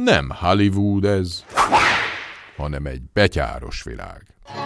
Nem Hollywood ez, hanem egy betyáros világ.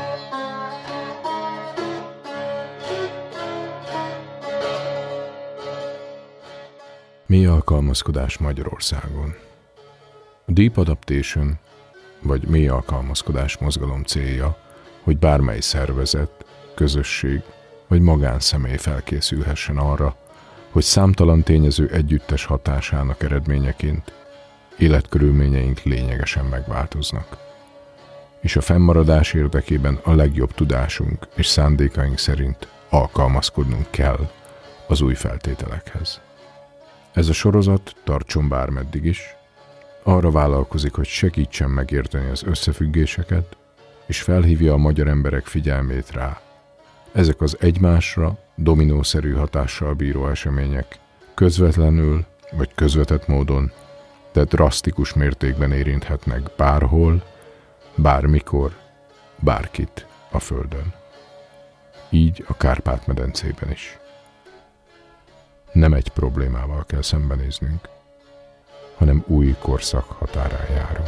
Mi alkalmazkodás Magyarországon? A Deep Adaptation, vagy mély alkalmazkodás mozgalom célja, hogy bármely szervezet, közösség vagy magánszemély felkészülhessen arra, hogy számtalan tényező együttes hatásának eredményeként életkörülményeink lényegesen megváltoznak. És a fennmaradás érdekében a legjobb tudásunk és szándékaink szerint alkalmazkodnunk kell az új feltételekhez. Ez a sorozat, tartson bármeddig is, arra vállalkozik, hogy segítsen megérteni az összefüggéseket, és felhívja a magyar emberek figyelmét rá. Ezek az egymásra dominószerű hatással bíró események közvetlenül vagy közvetett módon, de drasztikus mértékben érinthetnek bárhol, bármikor, bárkit a Földön. Így a Kárpát-medencében is. Nem egy problémával kell szembenéznünk, hanem új korszak határán járunk.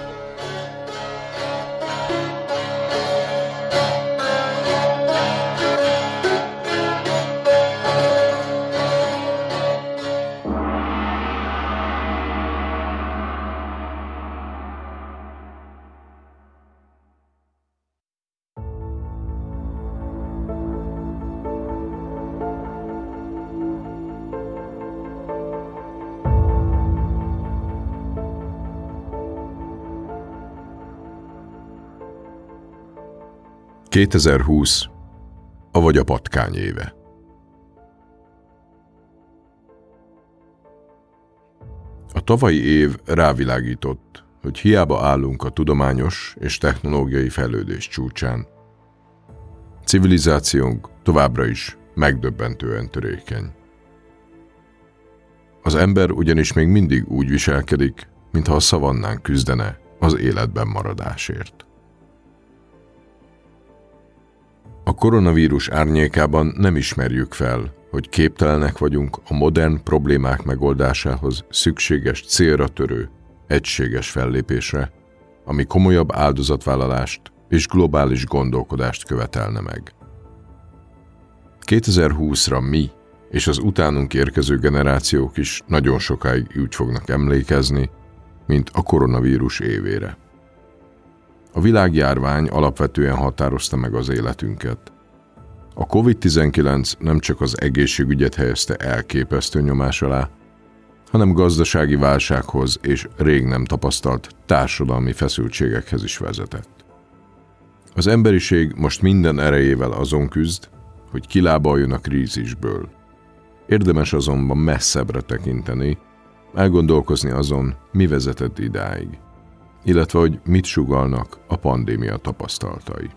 ...2020, avagy a patkány éve. A tavalyi év rávilágított, hogy hiába állunk a tudományos és technológiai fejlődés csúcsán. Civilizációnk továbbra is megdöbbentően törékeny. Az ember ugyanis még mindig úgy viselkedik, mintha a szavannán küzdene az életben maradásért. A koronavírus árnyékában nem ismerjük fel, hogy képtelenek vagyunk a modern problémák megoldásához szükséges célra törő, egységes fellépésre, ami komolyabb áldozatvállalást és globális gondolkodást követelne meg. 2020-ra mi és az utánunk érkező generációk is nagyon sokáig úgy fognak emlékezni, mint a koronavírus évére. A világjárvány alapvetően határozta meg az életünket. A COVID-19 nem csak az egészségügyet helyezte elképesztő nyomás alá, hanem gazdasági válsághoz és rég nem tapasztalt társadalmi feszültségekhez is vezetett. Az emberiség most minden erejével azon küzd, hogy kilábaljon a krízisből. Érdemes azonban messzebbre tekinteni, elgondolkozni azon, mi vezetett idáig, illetve hogy mit sugallnak a pandémia tapasztalatai.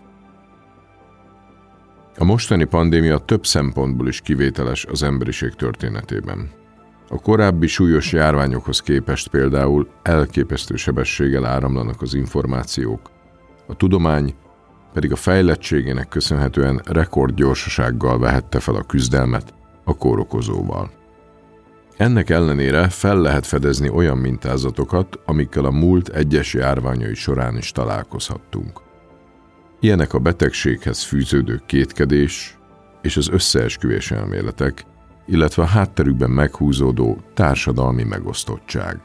A mostani pandémia több szempontból is kivételes az emberiség történetében. A korábbi súlyos járványokhoz képest például elképesztő sebességgel áramlanak az információk, a tudomány pedig a fejlettségének köszönhetően rekordgyorsasággal vehette fel a küzdelmet a kórokozóval. Ennek ellenére fel lehet fedezni olyan mintázatokat, amikkel a múlt egyes járványai során is találkozhattunk. Ilyenek a betegséghez fűződő kétkedés és az összeesküvés elméletek, illetve a hátterükben meghúzódó társadalmi megosztottság.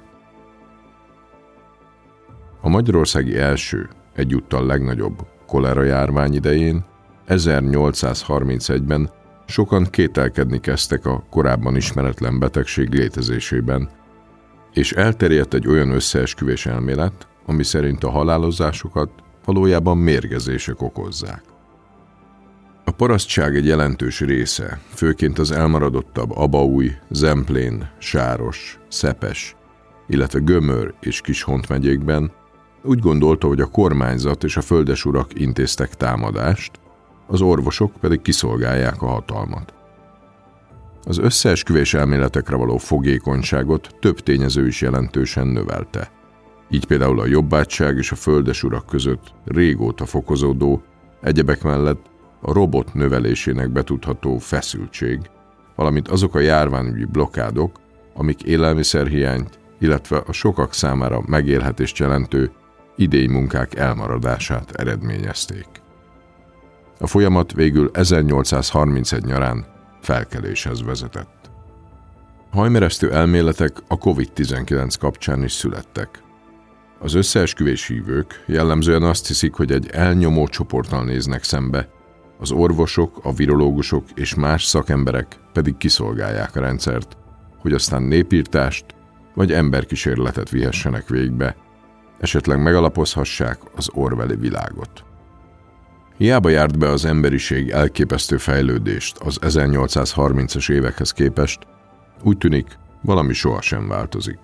A magyarországi első, egyúttal legnagyobb kolera járvány idején, 1831-ben sokan kételkedni kezdtek a korábban ismeretlen betegség létezésében, és elterjedt egy olyan összeesküvés elmélet, ami szerint a halálozásokat valójában mérgezések okozzák. A parasztság egy jelentős része, főként az elmaradottabb Abaúj, Zemplén, Sáros, Szepes, illetve Gömör és Kishont megyékben úgy gondolta, hogy a kormányzat és a földesurak intéztek támadást, az orvosok pedig kiszolgálják a hatalmat. Az összeesküvés elméletekre való fogékonyságot több tényező is jelentősen növelte. Így például a jobbátság és a földesurak között régóta fokozódó, egyebek mellett a robot növelésének betudható feszültség, valamint azok a járványügyi blokkádok, amik élelmiszerhiányt illetve a sokak számára megélhetést jelentő idény munkák elmaradását eredményezték. A folyamat végül 1831 nyarán felkeléshez vezetett. Hajmeresztő elméletek a COVID-19 kapcsán is születtek. Az összeesküvés hívők jellemzően azt hiszik, hogy egy elnyomó csoporttal néznek szembe, az orvosok, a virológusok és más szakemberek pedig kiszolgálják a rendszert, hogy aztán népirtást vagy emberkísérletet vihessenek végbe, esetleg megalapozhassák az orwelli világot. Hiába járt be az emberiség elképesztő fejlődést az 1830-as évekhez képest, úgy tűnik, valami sohasem változik.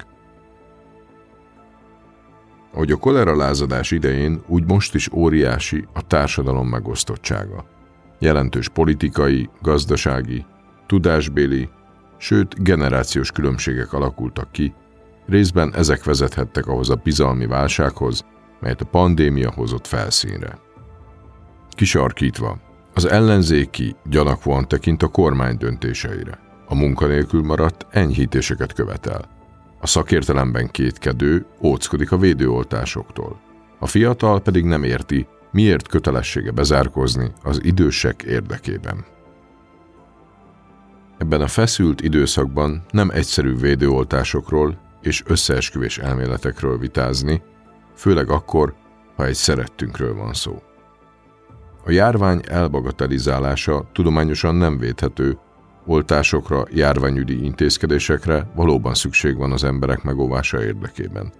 Ahogy a kolera lázadás idején, úgy most is óriási a társadalom megosztottsága. Jelentős politikai, gazdasági, tudásbéli, sőt generációs különbségek alakultak ki, részben ezek vezethettek ahhoz a bizalmi válsághoz, melyet a pandémia hozott felszínre. Kisarkítva, az ellenzéki gyanakvóan tekint a kormány döntéseire. A munkanélkül maradt enyhítéseket követel. A szakértelemben kétkedő óckodik a védőoltásoktól. A fiatal pedig nem érti, miért kötelessége bezárkózni az idősek érdekében. Ebben a feszült időszakban nem egyszerű védőoltásokról és összeesküvés elméletekről vitázni, főleg akkor, ha egy szerettünkről van szó. A járvány elbagatelizálása tudományosan nem védhető, oltásokra, járványügyi intézkedésekre valóban szükség van az emberek megóvása érdekében.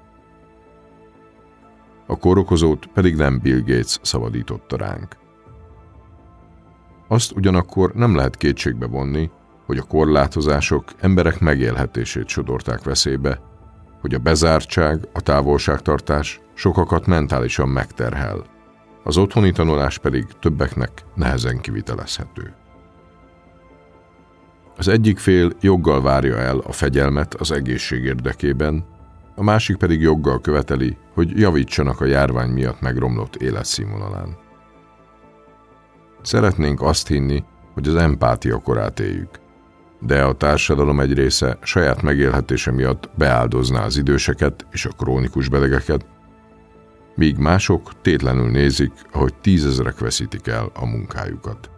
A kórokozót pedig nem Bill Gates szabadította ránk. Azt ugyanakkor nem lehet kétségbe vonni, hogy a korlátozások emberek megélhetését sodorták veszélybe, hogy a bezártság, a távolságtartás sokakat mentálisan megterhel, az otthoni tanulás pedig többeknek nehezen kivitelezhető. Az egyik fél joggal várja el a fegyelmet az egészség érdekében, a másik pedig joggal követeli, hogy javítsanak a járvány miatt megromlott életszínvonalán. Szeretnénk azt hinni, hogy az empátia korát éljük, de a társadalom egy része saját megélhetése miatt beáldozná az időseket és a krónikus betegeket, míg mások tétlenül nézik, ahogy 10 000-ek veszítik el a munkájukat.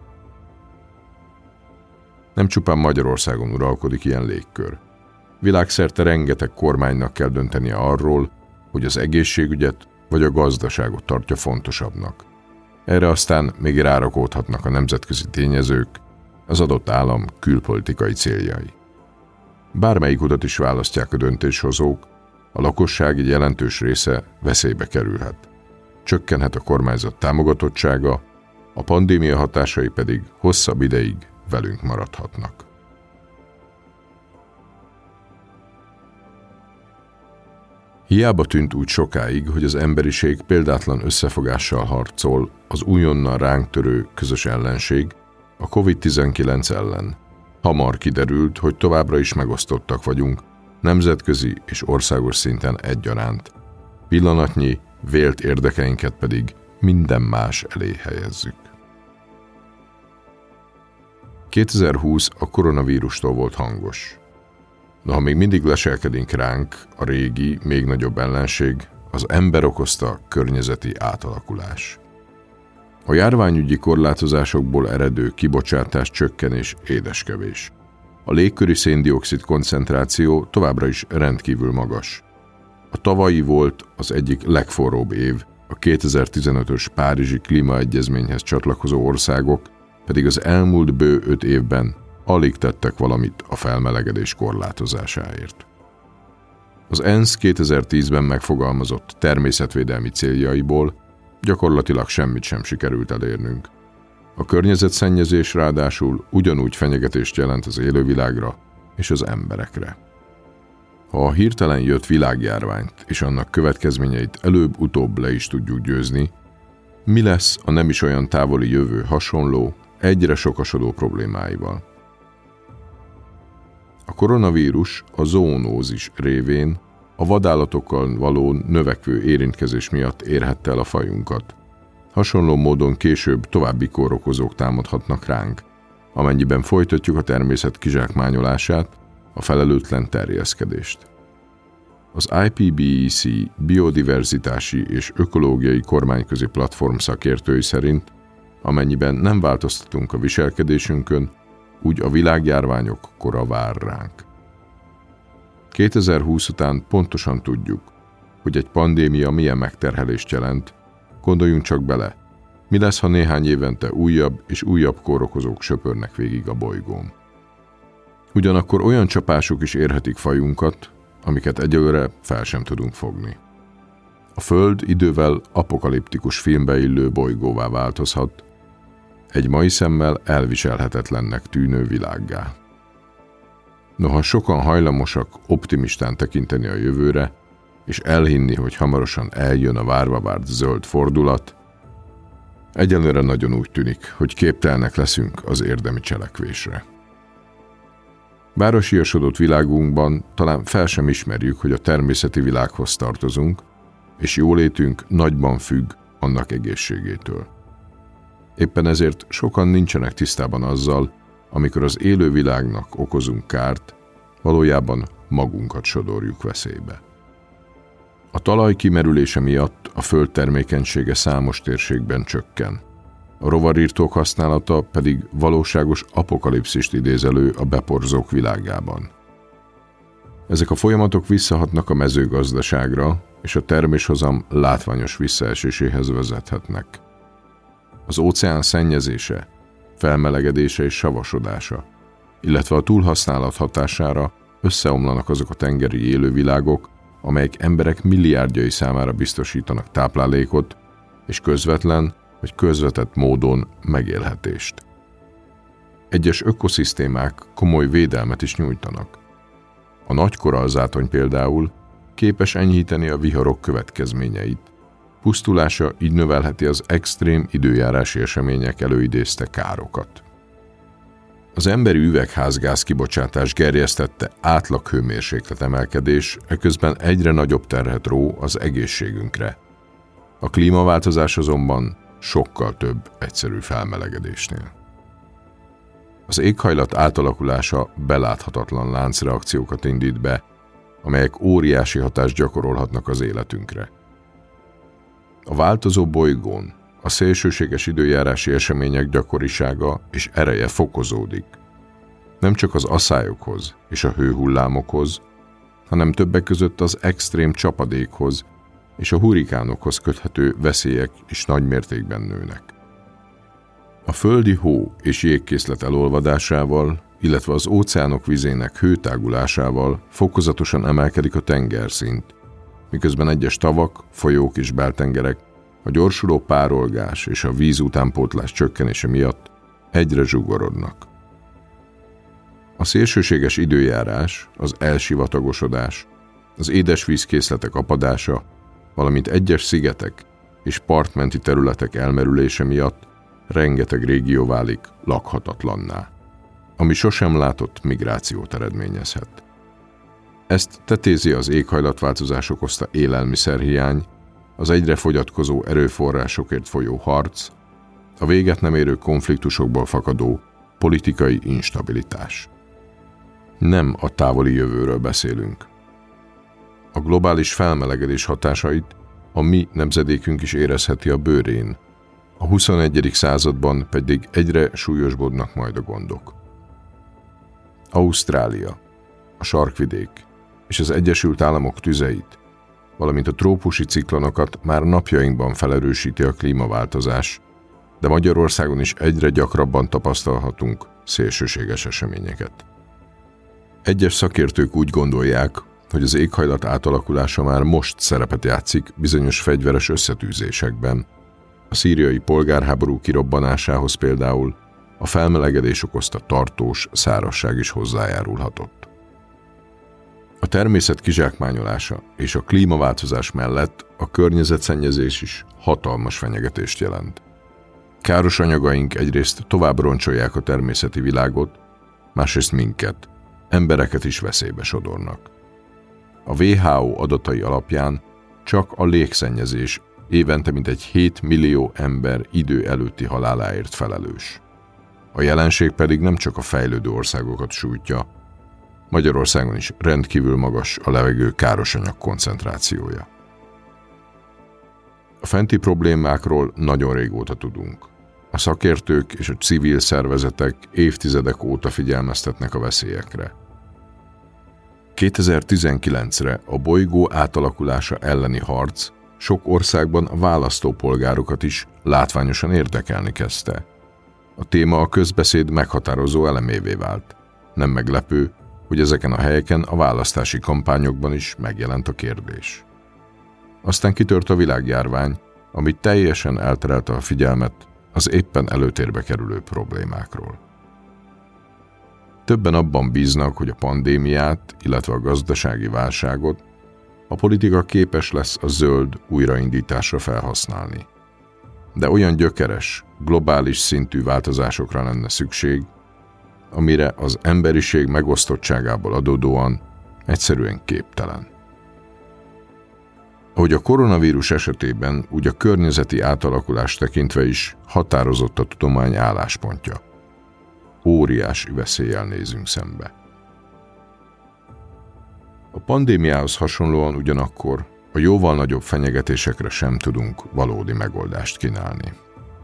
Nem csupán Magyarországon uralkodik ilyen légkör. Világszerte rengeteg kormánynak kell döntenie arról, hogy az egészségügyet vagy a gazdaságot tartja fontosabbnak. Erre aztán még rárakódhatnak a nemzetközi tényezők, az adott állam külpolitikai céljai. Bármelyik utat is választják a döntéshozók, a lakosság egy jelentős része veszélybe kerülhet. Csökkenhet a kormányzat támogatottsága, a pandémia hatásai pedig hosszabb ideig velünk maradhatnak. Hiába tűnt úgy sokáig, hogy az emberiség példátlan összefogással harcol az újonnan ránk törő közös ellenség, a COVID-19 ellen. Hamar kiderült, hogy továbbra is megosztottak vagyunk, nemzetközi és országos szinten egyaránt. Pillanatnyi, vélt érdekeinket pedig minden más elé helyezzük. 2020 a koronavírustól volt hangos. Noha még mindig leselkedik ránk a régi, még nagyobb ellenség, az ember okozta környezeti átalakulás. A járványügyi korlátozásokból eredő kibocsátás csökkenés édeskevés. A légköri szén-dioxid koncentráció továbbra is rendkívül magas. A tavalyi volt az egyik legforróbb év, a 2015-ös Párizsi Klímaegyezményhez csatlakozó országok pedig az elmúlt bő 5 évben alig tettek valamit a felmelegedés korlátozásáért. Az ENSZ 2010-ben megfogalmazott természetvédelmi céljaiból gyakorlatilag semmit sem sikerült elérnünk. A környezetszennyezés ráadásul ugyanúgy fenyegetést jelent az élővilágra és az emberekre. Ha a hirtelen jött világjárványt és annak következményeit előbb-utóbb le is tudjuk győzni, mi lesz a nem is olyan távoli jövő hasonló, egyre sokasodó problémáival? A koronavírus a zoonózis révén a vadállatokkal való növekvő érintkezés miatt érhette el a fajunkat. Hasonló módon később további kórokozók támadhatnak ránk, amennyiben folytatjuk a természet kizsákmányolását, a felelőtlen terjeszkedést. Az IPBEC biodiverzitási és ökológiai kormányközi platform szakértői szerint, amennyiben nem változtatunk a viselkedésünkön, úgy a világjárványok kora vár ránk. 2020 után pontosan tudjuk, hogy egy pandémia milyen megterhelést jelent, gondoljunk csak bele, mi lesz, ha néhány évente újabb és újabb kórokozók söpörnek végig a bolygón. Ugyanakkor olyan csapások is érhetik fajunkat, amiket egyelőre fel sem tudunk fogni. A Föld idővel apokaliptikus filmbe illő bolygóvá változhat, egy mai szemmel elviselhetetlennek tűnő világgá. Noha sokan hajlamosak optimistán tekinteni a jövőre, és elhinni, hogy hamarosan eljön a várva várt zöld fordulat, egyelőre nagyon úgy tűnik, hogy képtelnek leszünk az érdemi cselekvésre. Városiasodott világunkban talán fel sem ismerjük, hogy a természeti világhoz tartozunk, és jólétünk nagyban függ annak egészségétől. Éppen ezért sokan nincsenek tisztában azzal, amikor az élő világnak okozunk kárt, valójában magunkat sodorjuk veszélybe. A talaj kimerülése miatt a föld termékenysége számos térségben csökken. A rovarírtók használata pedig valóságos apokalipszist idéz elő a beporzók világában. Ezek a folyamatok visszahatnak a mezőgazdaságra, és a terméshozam látványos visszaeséséhez vezethetnek. Az óceán szennyezése, felmelegedése és savasodása, illetve a túlhasználat hatására összeomlanak azok a tengeri élővilágok, amelyek emberek milliárdjai számára biztosítanak táplálékot és közvetlen vagy közvetett módon megélhetést. Egyes ökoszisztémák komoly védelmet is nyújtanak. A nagy korallzátony például képes enyhíteni a viharok következményeit. Pusztulása így növelheti az extrém időjárási események előidézte károkat. Az emberi üvegházgáz kibocsátás gerjesztette átlaghőmérséklet emelkedés, eközben egyre nagyobb terhet ró az egészségünkre. A klímaváltozás azonban sokkal több egyszerű felmelegedésnél. Az éghajlat átalakulása beláthatatlan láncreakciókat indít be, amelyek óriási hatást gyakorolhatnak az életünkre. A változó bolygón a szélsőséges időjárási események gyakorisága és ereje fokozódik. Nem csak az aszályokhoz és a hőhullámokhoz, hanem többek között az extrém csapadékhoz és a hurrikánokhoz köthető veszélyek is nagy mértékben nőnek. A földi hó és jégkészlet elolvadásával, illetve az óceánok vizének hőtágulásával fokozatosan emelkedik a tengerszint, miközben egyes tavak, folyók és beltengerek a gyorsuló párolgás és a víz utánpótlás csökkenése miatt egyre zsugorodnak. A szélsőséges időjárás, az elsivatagosodás, az édesvízkészletek apadása, valamint egyes szigetek és partmenti területek elmerülése miatt rengeteg régió válik lakhatatlanná, ami sosem látott migrációt eredményezhet. Ezt tetézi az éghajlatváltozás okozta élelmiszerhiány, az egyre fogyatkozó erőforrásokért folyó harc, a véget nem érő konfliktusokból fakadó politikai instabilitás. Nem a távoli jövőről beszélünk. A globális felmelegedés hatásait a mi nemzedékünk is érezheti a bőrén, a 21. században pedig egyre súlyosbodnak majd a gondok. Ausztrália, a sarkvidék és az Egyesült Államok tüzeit, valamint a trópusi ciklonokat már napjainkban felerősíti a klímaváltozás, de Magyarországon is egyre gyakrabban tapasztalhatunk szélsőséges eseményeket. Egyes szakértők úgy gondolják, hogy az éghajlat átalakulása már most szerepet játszik bizonyos fegyveres összetűzésekben. A szíriai polgárháború kirobbanásához például a felmelegedés okozta tartós szárazság is hozzájárulhatott. A természet kizsákmányolása és a klímaváltozás mellett a környezetszennyezés is hatalmas fenyegetést jelent. Káros anyagaink egyrészt tovább roncsolják a természeti világot, másrészt minket, embereket is veszélybe sodornak. A WHO adatai alapján csak a légszennyezés évente mintegy 7 millió ember idő előtti haláláért felelős. A jelenség pedig nem csak a fejlődő országokat sújtja, Magyarországon is rendkívül magas a levegő károsanyag koncentrációja. A fenti problémákról nagyon régóta tudunk. A szakértők és a civil szervezetek évtizedek óta figyelmeztetnek a veszélyekre. 2019-re a bolygó átalakulása elleni harc sok országban a választópolgárokat is látványosan érdekelni kezdte. A téma a közbeszéd meghatározó elemévé vált. Nem meglepő, hogy ezeken a helyeken a választási kampányokban is megjelent a kérdés. Aztán kitört a világjárvány, ami teljesen elterelte a figyelmet az éppen előtérbe kerülő problémákról. Többen abban bíznak, hogy a pandémiát, illetve a gazdasági válságot a politika képes lesz a zöld újraindításra felhasználni. De olyan gyökeres, globális szintű változásokra lenne szükség, amire az emberiség megosztottságából adódóan egyszerűen képtelen. Ahogy a koronavírus esetében, úgy a környezeti átalakulást tekintve is határozott a tudomány álláspontja. Óriási veszéllyel nézünk szembe. A pandémiához hasonlóan ugyanakkor a jóval nagyobb fenyegetésekre sem tudunk valódi megoldást kínálni.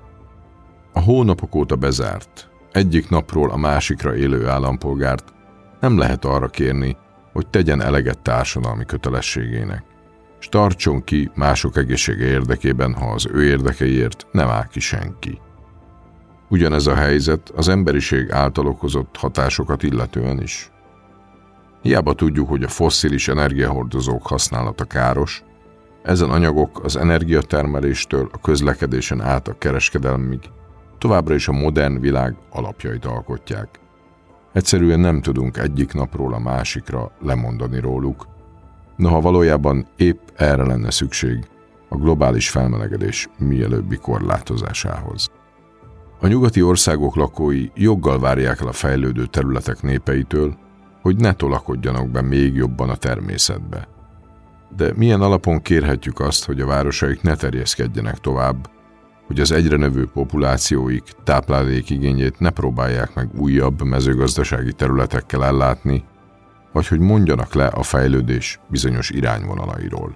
A hónapok óta bezárt, egyik napról a másikra élő állampolgárt nem lehet arra kérni, hogy tegyen eleget társadalmi kötelességének, s tartson ki mások egészsége érdekében, ha az ő érdekeiért nem áll ki senki. Ugyanez a helyzet az emberiség által okozott hatásokat illetően is. Hiába tudjuk, hogy a fosszilis energiahordozók használata káros, ezen anyagok az energiatermeléstől a közlekedésen át a kereskedelmig továbbra is a modern világ alapjait alkotják. Egyszerűen nem tudunk egyik napról a másikra lemondani róluk, noha valójában épp erre lenne szükség a globális felmelegedés mielőbbi korlátozásához. A nyugati országok lakói joggal várják el a fejlődő területek népeitől, hogy ne tolakodjanak be még jobban a természetbe. De milyen alapon kérhetjük azt, hogy a városaik ne terjeszkedjenek tovább, hogy az egyre növő populációik táplálékigényét ne próbálják meg újabb mezőgazdasági területekkel ellátni, vagy hogy mondjanak le a fejlődés bizonyos irányvonalairól.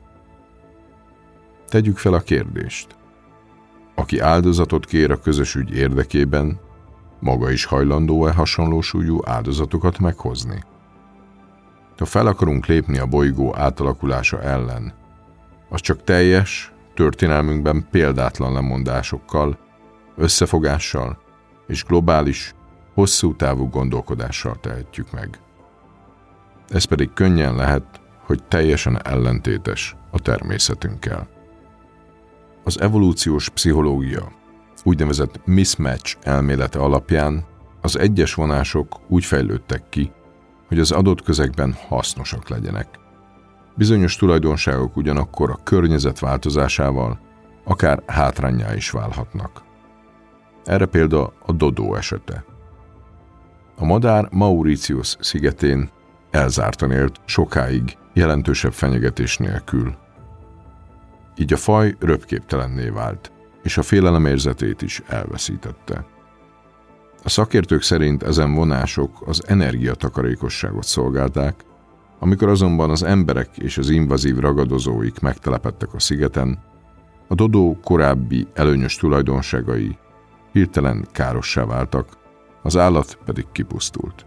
Tegyük fel a kérdést. Aki áldozatot kér a közös ügy érdekében, maga is hajlandó-e hasonló súlyú áldozatokat meghozni? Ha fel akarunk lépni a bolygó átalakulása ellen, az csak teljes, történelmünkben példátlan lemondásokkal, összefogással és globális, hosszú távú gondolkodással tehetjük meg. Ez pedig könnyen lehet, hogy teljesen ellentétes a természetünkkel. Az evolúciós pszichológia úgynevezett mismatch elmélete alapján az egyes vonások úgy fejlődtek ki, hogy az adott közegben hasznosak legyenek. Bizonyos tulajdonságok ugyanakkor a környezet változásával akár hátránnyá is válhatnak. Erre példa a dodó esete. A madár Mauritius szigetén elzártan élt sokáig jelentősebb fenyegetés nélkül. Így a faj röpképtelenné vált, és a félelem érzetét is elveszítette. A szakértők szerint ezen vonások az energiatakarékosságot szolgálták, amikor azonban az emberek és az invazív ragadozóik megtelepedtek a szigeten, a dodó korábbi előnyös tulajdonságai hirtelen károssá váltak, az állat pedig kipusztult.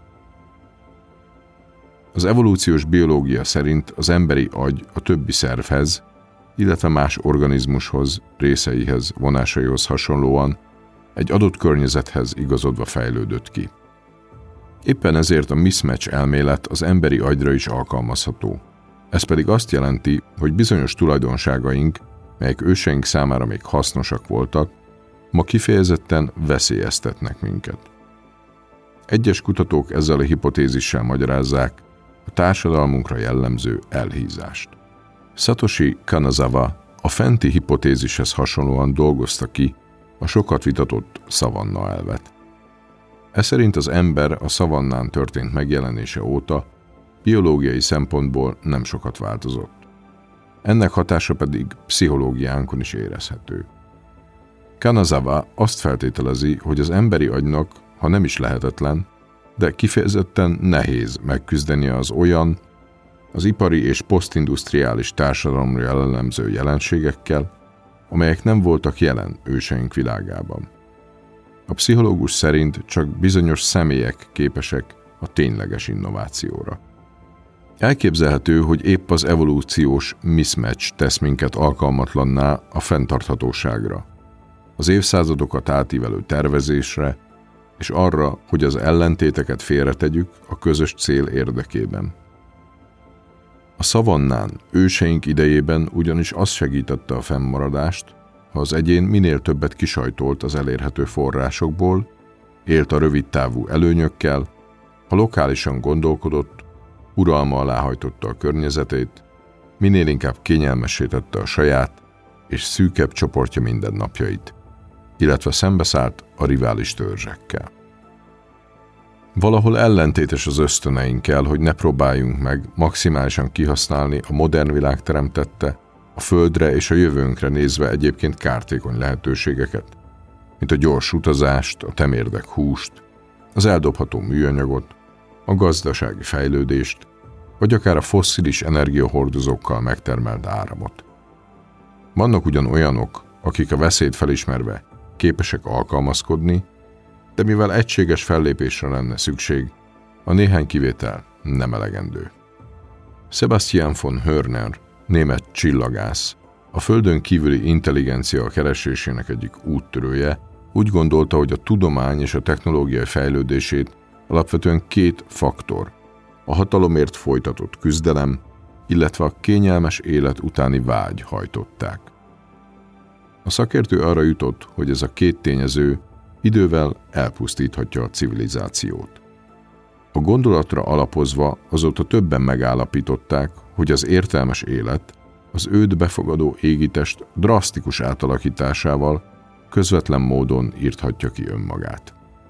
Az evolúciós biológia szerint az emberi agy a többi szervhez, illetve más organizmushoz, részeihez, vonásaihoz hasonlóan egy adott környezethez igazodva fejlődött ki. Éppen ezért a mismatch elmélet az emberi agyra is alkalmazható. Ez pedig azt jelenti, hogy bizonyos tulajdonságaink, melyek őseink számára még hasznosak voltak, ma kifejezetten veszélyeztetnek minket. Egyes kutatók ezzel a hipotézissel magyarázzák a társadalmunkra jellemző elhízást. Satoshi Kanazawa a fenti hipotézishez hasonlóan dolgozta ki a sokat vitatott szavanna elvet. Ez szerint az ember a szavannán történt megjelenése óta biológiai szempontból nem sokat változott. Ennek hatása pedig pszichológiánkon is érezhető. Kanazawa azt feltételezi, hogy az emberi agynak, ha nem is lehetetlen, de kifejezetten nehéz megküzdeni az olyan, az ipari és posztindusztriális társadalomra jellemző jelenségekkel, amelyek nem voltak jelen őseink világában. A pszichológus szerint csak bizonyos személyek képesek a tényleges innovációra. Elképzelhető, hogy épp az evolúciós mismatch tesz minket alkalmatlanná a fenntarthatóságra, az évszázadokat átívelő tervezésre, és arra, hogy az ellentéteket félretegyük a közös cél érdekében. A szavannán őseink idejében ugyanis az segítette a fennmaradást, ha az egyén minél többet kisajtolt az elérhető forrásokból, élt a rövidtávú előnyökkel, ha lokálisan gondolkodott, uralma alá hajtotta a környezetét, minél inkább kényelmessé tette a saját és szűkebb csoportja mindennapjait, illetve szembeszállt a rivális törzsekkel. Valahol ellentétes az ösztöneinkkel, hogy ne próbáljunk meg maximálisan kihasználni a modern világ teremtette, a földre és a jövőnkre nézve egyébként kártékony lehetőségeket, mint a gyors utazást, a temérdek húst, az eldobható műanyagot, a gazdasági fejlődést, vagy akár a fosszilis energiahordozókkal megtermelt áramot. Vannak ugyan olyanok, akik a veszélyt felismerve képesek alkalmazkodni, de mivel egységes fellépésre lenne szükség, a néhány kivétel nem elegendő. Sebastian von Hörner, német csillagász, a földön kívüli intelligencia keresésének egyik úttörője, úgy gondolta, hogy a tudomány és a technológiai fejlődését alapvetően két faktor, a hatalomért folytatott küzdelem, illetve a kényelmes élet utáni vágy hajtották. A szakértő arra jutott, hogy ez a két tényező idővel elpusztíthatja a civilizációt. A gondolatra alapozva azóta többen megállapították, hogy az értelmes élet az őt befogadó égitest drasztikus átalakításával közvetlen módon írthatja ki önmagát.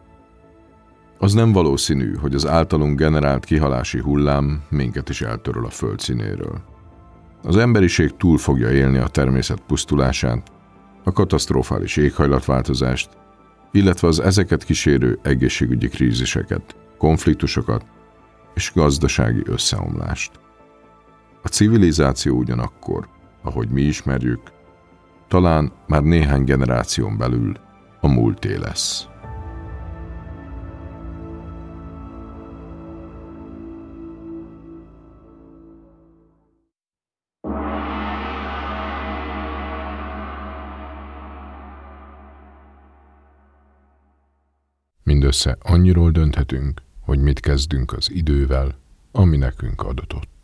Az nem valószínű, hogy az általunk generált kihalási hullám minket is eltöröl a föld színéről. Az emberiség túl fogja élni a természet pusztulását, a katasztrofális éghajlatváltozást, illetve az ezeket kísérő egészségügyi kríziseket, konfliktusokat és gazdasági összeomlást. A civilizáció ugyanakkor, ahogy mi ismerjük, talán már néhány generáción belül a múlté lesz. Mindössze annyiról dönthetünk, hogy mit kezdünk az idővel, ami nekünk adatott.